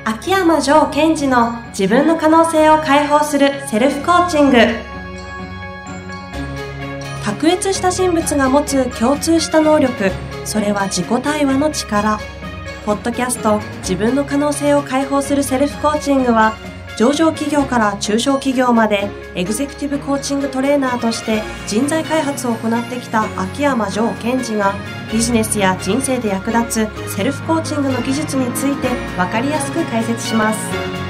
秋山城賢治の自分の可能性を解放するセルフコーチング。卓越した人物が持つ共通した能力、それは自己対話の力。ポッドキャスト自分の可能性を解放するセルフコーチングは、上場企業から中小企業までエグゼクティブコーチングトレーナーとして人材開発を行ってきた秋山城賢治が、ビジネスや人生で役立つセルフコーチングの技術について分かりやすく解説します。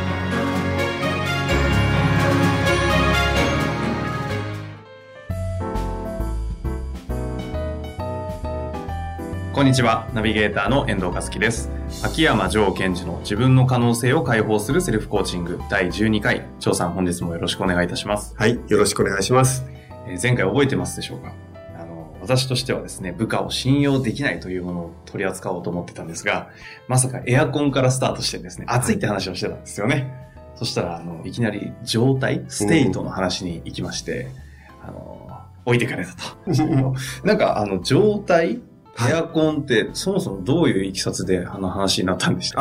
こんにちは、ナビゲーターの遠藤和樹です。秋山城賢治の自分の可能性を解放するセルフコーチング第12回。張さん、本日もよろしくお願いいたします。 はい、よろしくお願いします。 前回覚えてますでしょうか？私としてはですね、部下を信用できないというものを取り扱おうと思ってたんですが、まさかエアコンからスタートしてですね、暑いって話をしてたんですよね。そしたら、いきなり状態、ステートの話に行きまして、置いてかれたと。なんか、状態、エアコンってそもそもどういういきさつで話になったんでした？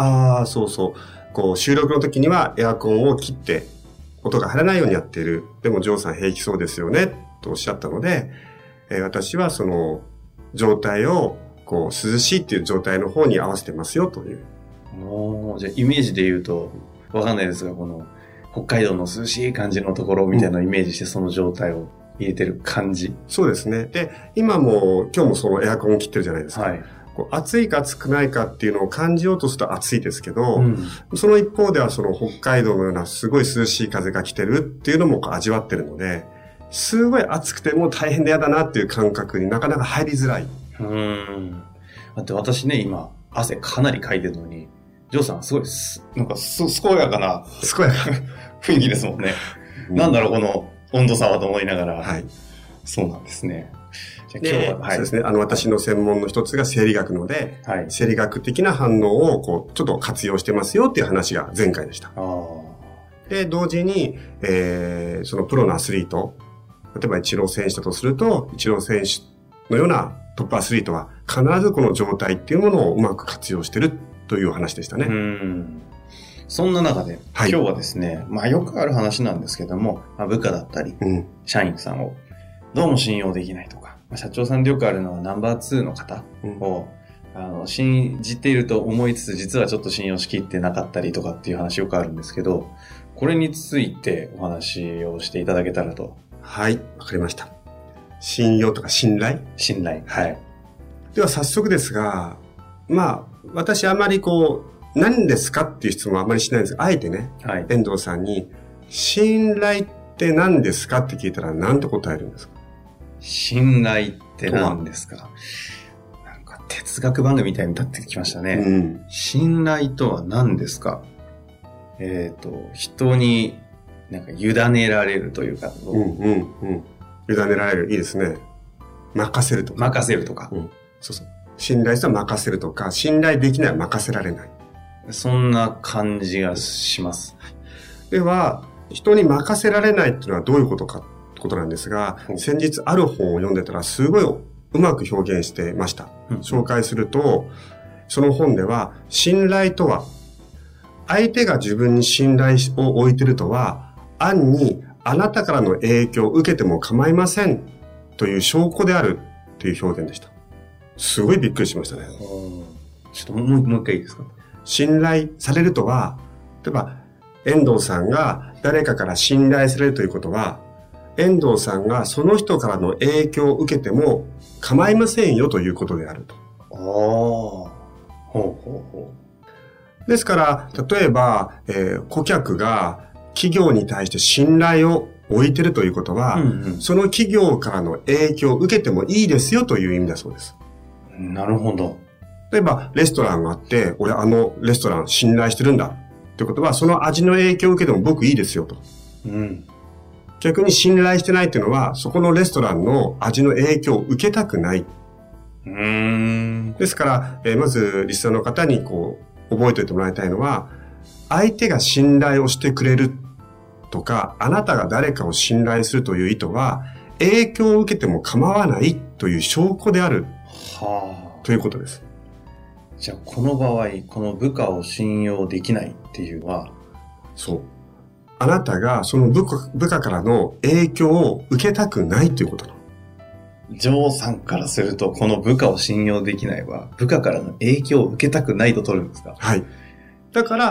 そうそう。こう、収録の時にはエアコンを切って、音が入らないようにやっている。でも、ジョーさん平気そうですよね、とおっしゃったので、私はその状態をこう涼しいっていう状態の方に合わせてますよという。 じゃあイメージで言うとわかんないですが、この北海道の涼しい感じのところみたいなイメージしてその状態を入れてる感じ。 そうですね。で、今もそのエアコンを切ってるじゃないですか。はい。こう暑いか暑くないかっていうのを感じようとすると暑いですけど、その一方ではその北海道のようなすごい涼しい風が来てるっていうのも味わってるので、すごい暑くても大変でやだなっていう感覚になかなか入りづらい。 だって私ね、今、汗かなりかいてるのに、ジョーさんすごい、なんか健やかな雰囲気ですもんね。なんだろう、この温度差はと思いながら。 はい。 そうなんですね。 じゃあ今日は、はい、そうですね。私の専門の一つが生理学ので、はい、生理学的な反応をこう、ちょっと活用してますよっていう話が前回でした。で、同時に、そのプロのアスリート、例えばイチロー選手だとすると、イチロー選手のようなトップアスリートは必ずこの状態っていうものをうまく活用してるという話でしたね。 そんな中で、はい、今日はですね、よくある話なんですけども、部下だったり、社員さんをどうも信用できないとか、社長さんでよくあるのはナンバー2の方を、信じていると思いつつ、実はちょっと信用しきってなかったりとかっていう話よくあるんですけど、これについてお話をしていただけたらと。 はい、わかりました。信用とか信頼？ 信頼。はい。 では早速ですが、私あまり何ですかっていう質問はあまりしないんですが、あえてね、はい、遠藤さんに、信頼って何ですかって聞いたら何と答えるんですか？ 信頼って何ですか？なんか哲学番組みたいに立ってきましたね。信頼とは何ですか？人になんか委ねられるというか。 委ねられる。いいですね。任せるとか。 任せるとか。 そうそう。信頼したら任せるとか、信頼できないは任せられない。 そんな感じがします。 では、人に任せられないっていうのはどういうことかってことなんですが、先日ある本を読んでたらすごいうまく表現してました。紹介すると、その本では、信頼とは、相手が自分に信頼を置いているとは、暗にあなたからの影響を受けても構いませんという証拠であるという表現でした。すごいびっくりしましたね。 ちょっともう一回いいですか？ 信頼されるとは、例えば遠藤さんが誰かから信頼されるということは、遠藤さんがその人からの影響を受けても構いませんよということであると。ですから、例えば、顧客が企業に対して信頼を置いてるということは、その企業からの影響を受けてもいいですよという意味だそうです。 なるほど。 例えば、レストランがあって、俺レストラン信頼してるんだってことは、その味の影響を受けても僕いいですよと。逆に信頼してないっていうのは、そこのレストランの味の影響を受けたくない。ですから、まずリスナーの方に覚えておいてもらいたいのは、相手が信頼をしてくれるとか、あなたが誰かを信頼するという意図は、影響を受けても構わないという証拠である、ということです。 じゃあこの場合、この部下を信用できないっていうのは、 そう。あなたがその部下からの影響を受けたくないということなの。 上さんからすると、この部下を信用できないは、部下からの影響を受けたくないと取るんですか？ はい。だから、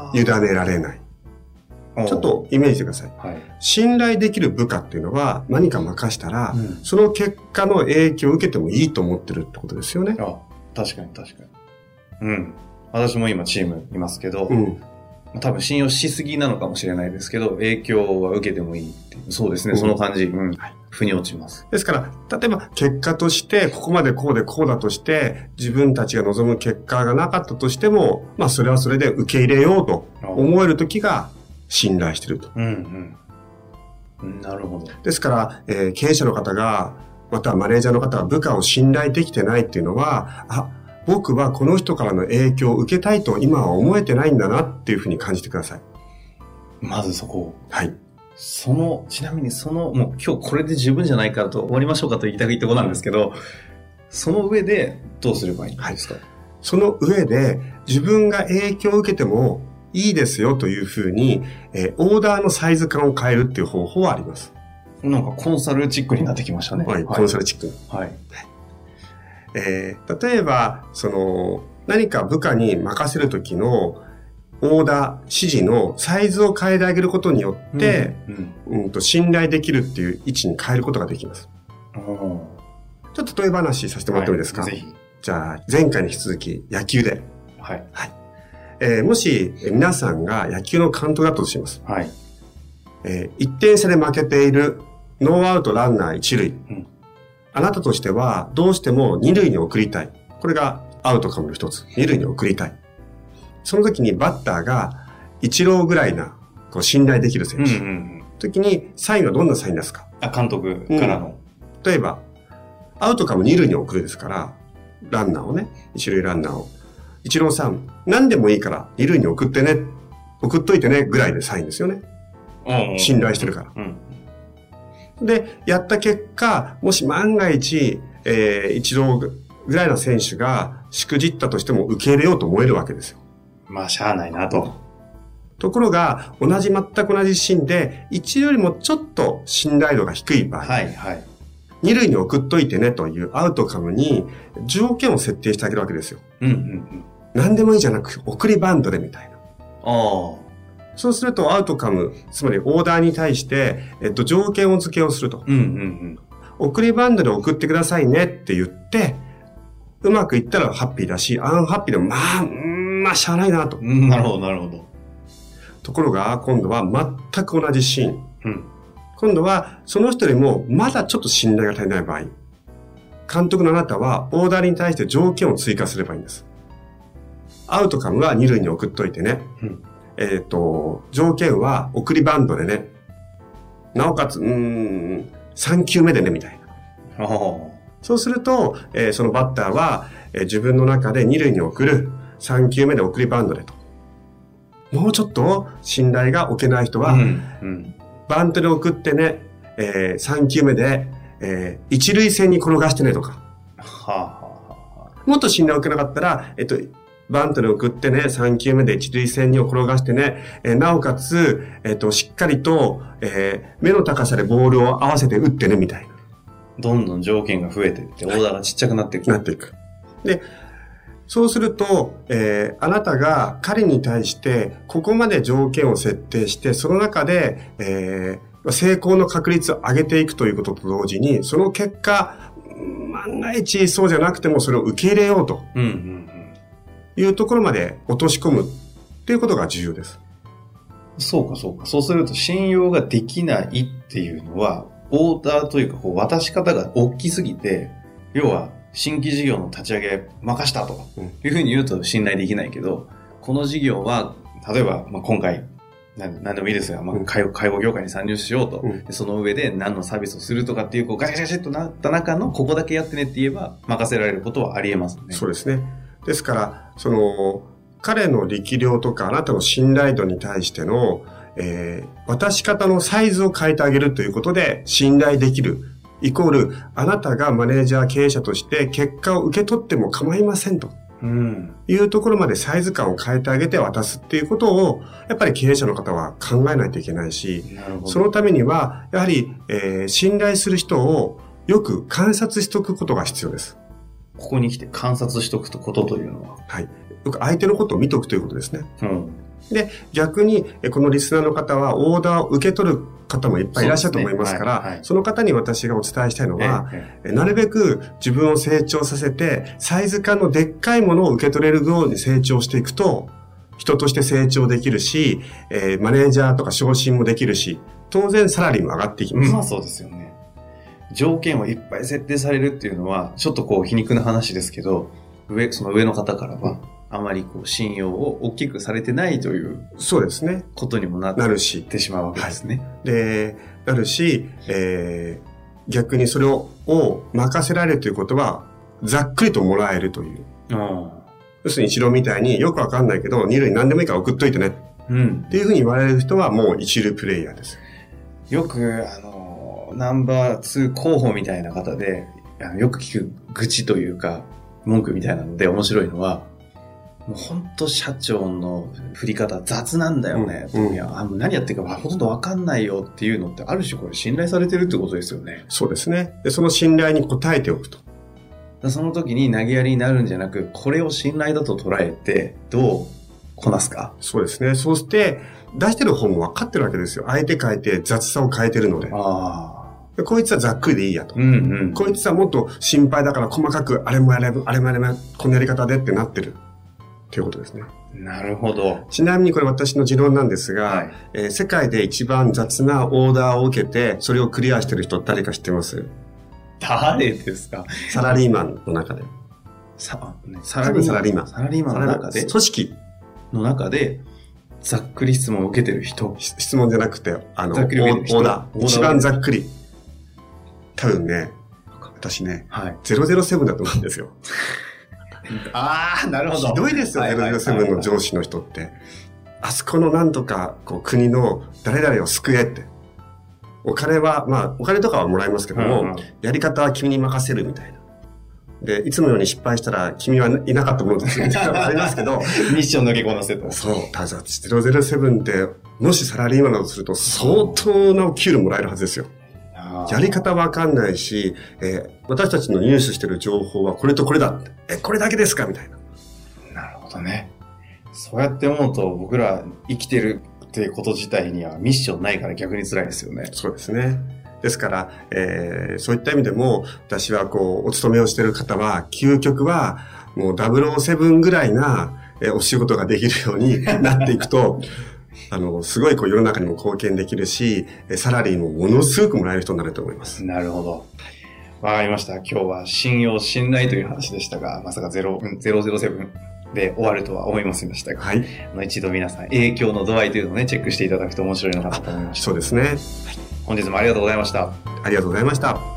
委ねられない。ちょっとイメージしてください。 はい、 信頼できる部下っていうのは何か任したら、その結果の影響を受けてもいいと思ってるってことですよね。 あ、確かに確かに。うん。私も今チームいますけど、多分信用しすぎなのかもしれないですけど、影響は受けてもいいっていう。そうですね、その感じ。腑に落ちます。 ですから、例えば結果として、ここまでこうでこうだとして、自分たちが望む結果がなかったとしても、それはそれで受け入れようと思えるときが信頼していると。 なるほど。 ですから、経営者の方が、またはマネージャーの方が部下を信頼できてないっていうのは、僕はこの人からの影響を受けたいと今は思えてないんだなっていうふうに感じてください。 まずそこ。 はい。 ちなみにもう今日これで十分じゃないからと終わりましょうかと言いたいところなんですけど、その上でどうすればいいんですか？はい、 その上で自分が影響を受けてもいいですよというふうに、オーダーのサイズ感を変えるっていう方法はあります。 なんかコンサルチックになってきましたね。 はい、コンサルチック。 はい。 例えば、何か部下に任せるときのオーダー、指示のサイズを変えてあげることによって、信頼できるっていう位置に変えることができます。ちょっと例え話させてもらってもいいですか？ ぜひ。 じゃあ、前回に引き続き野球で。 はい。 はい。もし、皆さんが野球の監督だとします。 はい。 1点差で負けている、ノーアウトランナー1塁。あなたとしては、どうしても2塁に送りたい。これがアウトカムの一つ。2塁に送りたい。その時にバッターが、イチローぐらいな、信頼できる選手。時に、サインはどんなサインですか？ 監督からの。 例えば、アウトカム2塁に送るですから、ランナーをね、一塁ランナーを。イチローさん、何でもいいから2塁に送っといてね、ぐらいでサインですよね。信頼してるから。で、やった結果、もし万が一、イチローぐらいの選手がしくじったとしても受け入れようと思えるわけですよ。 しゃあないなと。 ところが、全く同じシーンで、一塁よりもちょっと信頼度が低い場合、二塁に送っといてねというアウトカムに条件を設定してあげるわけですよ。何でもいいじゃなく、送りバントでみたいな。そうするとアウトカム、つまりオーダーに対して、条件を付けをすると。送りバントで送ってくださいねって言って、うまくいったらハッピーだし、アンハッピーでもしゃあないなと。 なるほど、なるほど。 ところが、今度は全く同じシーン。今度は、その人よりもまだちょっと信頼が足りない場合、監督のあなたはオーダーに対して条件を追加すればいいんです。アウトカムは二塁に送っといてね。条件は送りバントでね。なおかつ、3球目でね、みたいな。そうすると、そのバッターは、自分の中で二塁に送る、3球目で送りバントでと。もうちょっと信頼が置けない人は、バントで送ってね、3球目で、一塁線に転がしてねとか。もっと信頼を置けなかったら、バントで送ってね、3球目で一塁線に転がしてね、なおかつ、しっかりと、目の高さでボールを合わせて打ってね、みたいな。 どんどん条件が増えていって、オーダーがちっちゃくなっていく。 で、そうすると、あなたが彼に対して、ここまで条件を設定して、その中で、成功の確率を上げていくということと同時に、その結果、万が一そうじゃなくてもそれを受け入れようと。いうところまで落とし込むっていうことが重要です。 そうか。そうすると信用ができないっていうのは、オーダーというか渡し方が大きすぎて、要は新規事業の立ち上げ任したというふうに言うと信頼できないけど、この事業は例えば、今回何でもいいですが、介護業界に参入しようと、でその上で何のサービスをするとかっていうガチャガチャっとなった中のここだけやってねって言えば任せられることはあり得ますね。 そうですね。ですから、彼の力量とかあなたの信頼度に対しての、渡し方のサイズを変えてあげるということで信頼できる。イコール、あなたがマネージャー経営者として結果を受け取っても構いませんと。 いうところまでサイズ感を変えてあげて渡すっていうことを、やっぱり経営者の方は考えないといけないし、そのためには、やはり、信頼する人をよく観察しておくことが必要です。 ここに来て観察しておくことというのは、 はい。よく相手のことを見ておくということですね。で、逆に、このリスナーの方はオーダーを受け取る方もいっぱいいらっしゃると思いますから、その方に私がお伝えしたいのは、なるべく自分を成長させて、サイズ感のでっかいものを受け取れるように成長していくと、人として成長できるし、マネージャーとか昇進もできるし、当然サラリーも上がっていきます。 まあそうですよね。条件をいっぱい設定されるっていうのは、ちょっとこう皮肉な話ですけど、その上の方からは、あまりこう信用を大きくされてないという、 そうですね。 ことにもなってしまうわけですね。 で、なるし、逆にそれを任せられるということは、ざっくりともらえるという。要するに一郎みたいによくわかんないけど、二塁何でもいいから送っといてね。っていうふうに言われる人はもう一流プレイヤーです。 よく、ナンバー2候補みたいな方で、よく聞く愚痴というか、文句みたいなので面白いのは、もう本当社長の振り方雑なんだよね。いや、何やってるかほとんどわかんないよっていうのって、ある種これ信頼されてるってことですよね。 そうですね。で、その信頼に応えておくと。 その時に投げやりになるんじゃなく、これを信頼だと捉えて、どうこなすか。 そうですね。そうして、出してる方も分かってるわけですよ。相手変えて雑さを変えてるので。こいつはざっくりでいいやと。こいつはもっと心配だから細かく、あれもやれば、このやり方でってなってる。ということですね。 なるほど。 ちなみにこれ私の持論なんですが、世界で一番雑なオーダーを受けて、それをクリアしてる人誰か知ってます？ 誰ですか？ サラリーマンの中で。 サラリーマンの中で組織の中で、ざっくり質問を受けてる人。 質問じゃなくて、オーダー。一番ざっくり。多分ね、私ね、007だと思うんですよ。 なるほど。 ひどいですよ、007の上司の人って。あそこのなんとか、国の誰々を救えって。お金とかはもらいますけども、やり方は君に任せるみたいな。で、いつもように失敗したら君はいなかったものですみたいなのがありますけど。 ミッションだけこなせと。 そう。ただ、007って、もしサラリーマンだとすると相当なお給料もらえるはずですよ。やり方わかんないし、私たちの入手してる情報はこれとこれだって。これだけですかみたいな。 なるほどね。そうやって思うと僕ら生きてるっていうこと自体にはミッションないから逆に辛いですよね。 そうですね。ですから、そういった意味でも私はお勤めをしている方は究極はもう007ぐらいなお仕事ができるようになっていくとすごい世の中にも貢献できるし、サラリーもものすごくもらえる人になると思います。 なるほど。わかりました。今日は信用、信頼という話でしたが、まさか007で終わるとは思いませんでしたが、一度皆さん影響の度合いというのをね、チェックしていただくと面白いのかなと思いました。 そうですね。 本日もありがとうございました。 ありがとうございました。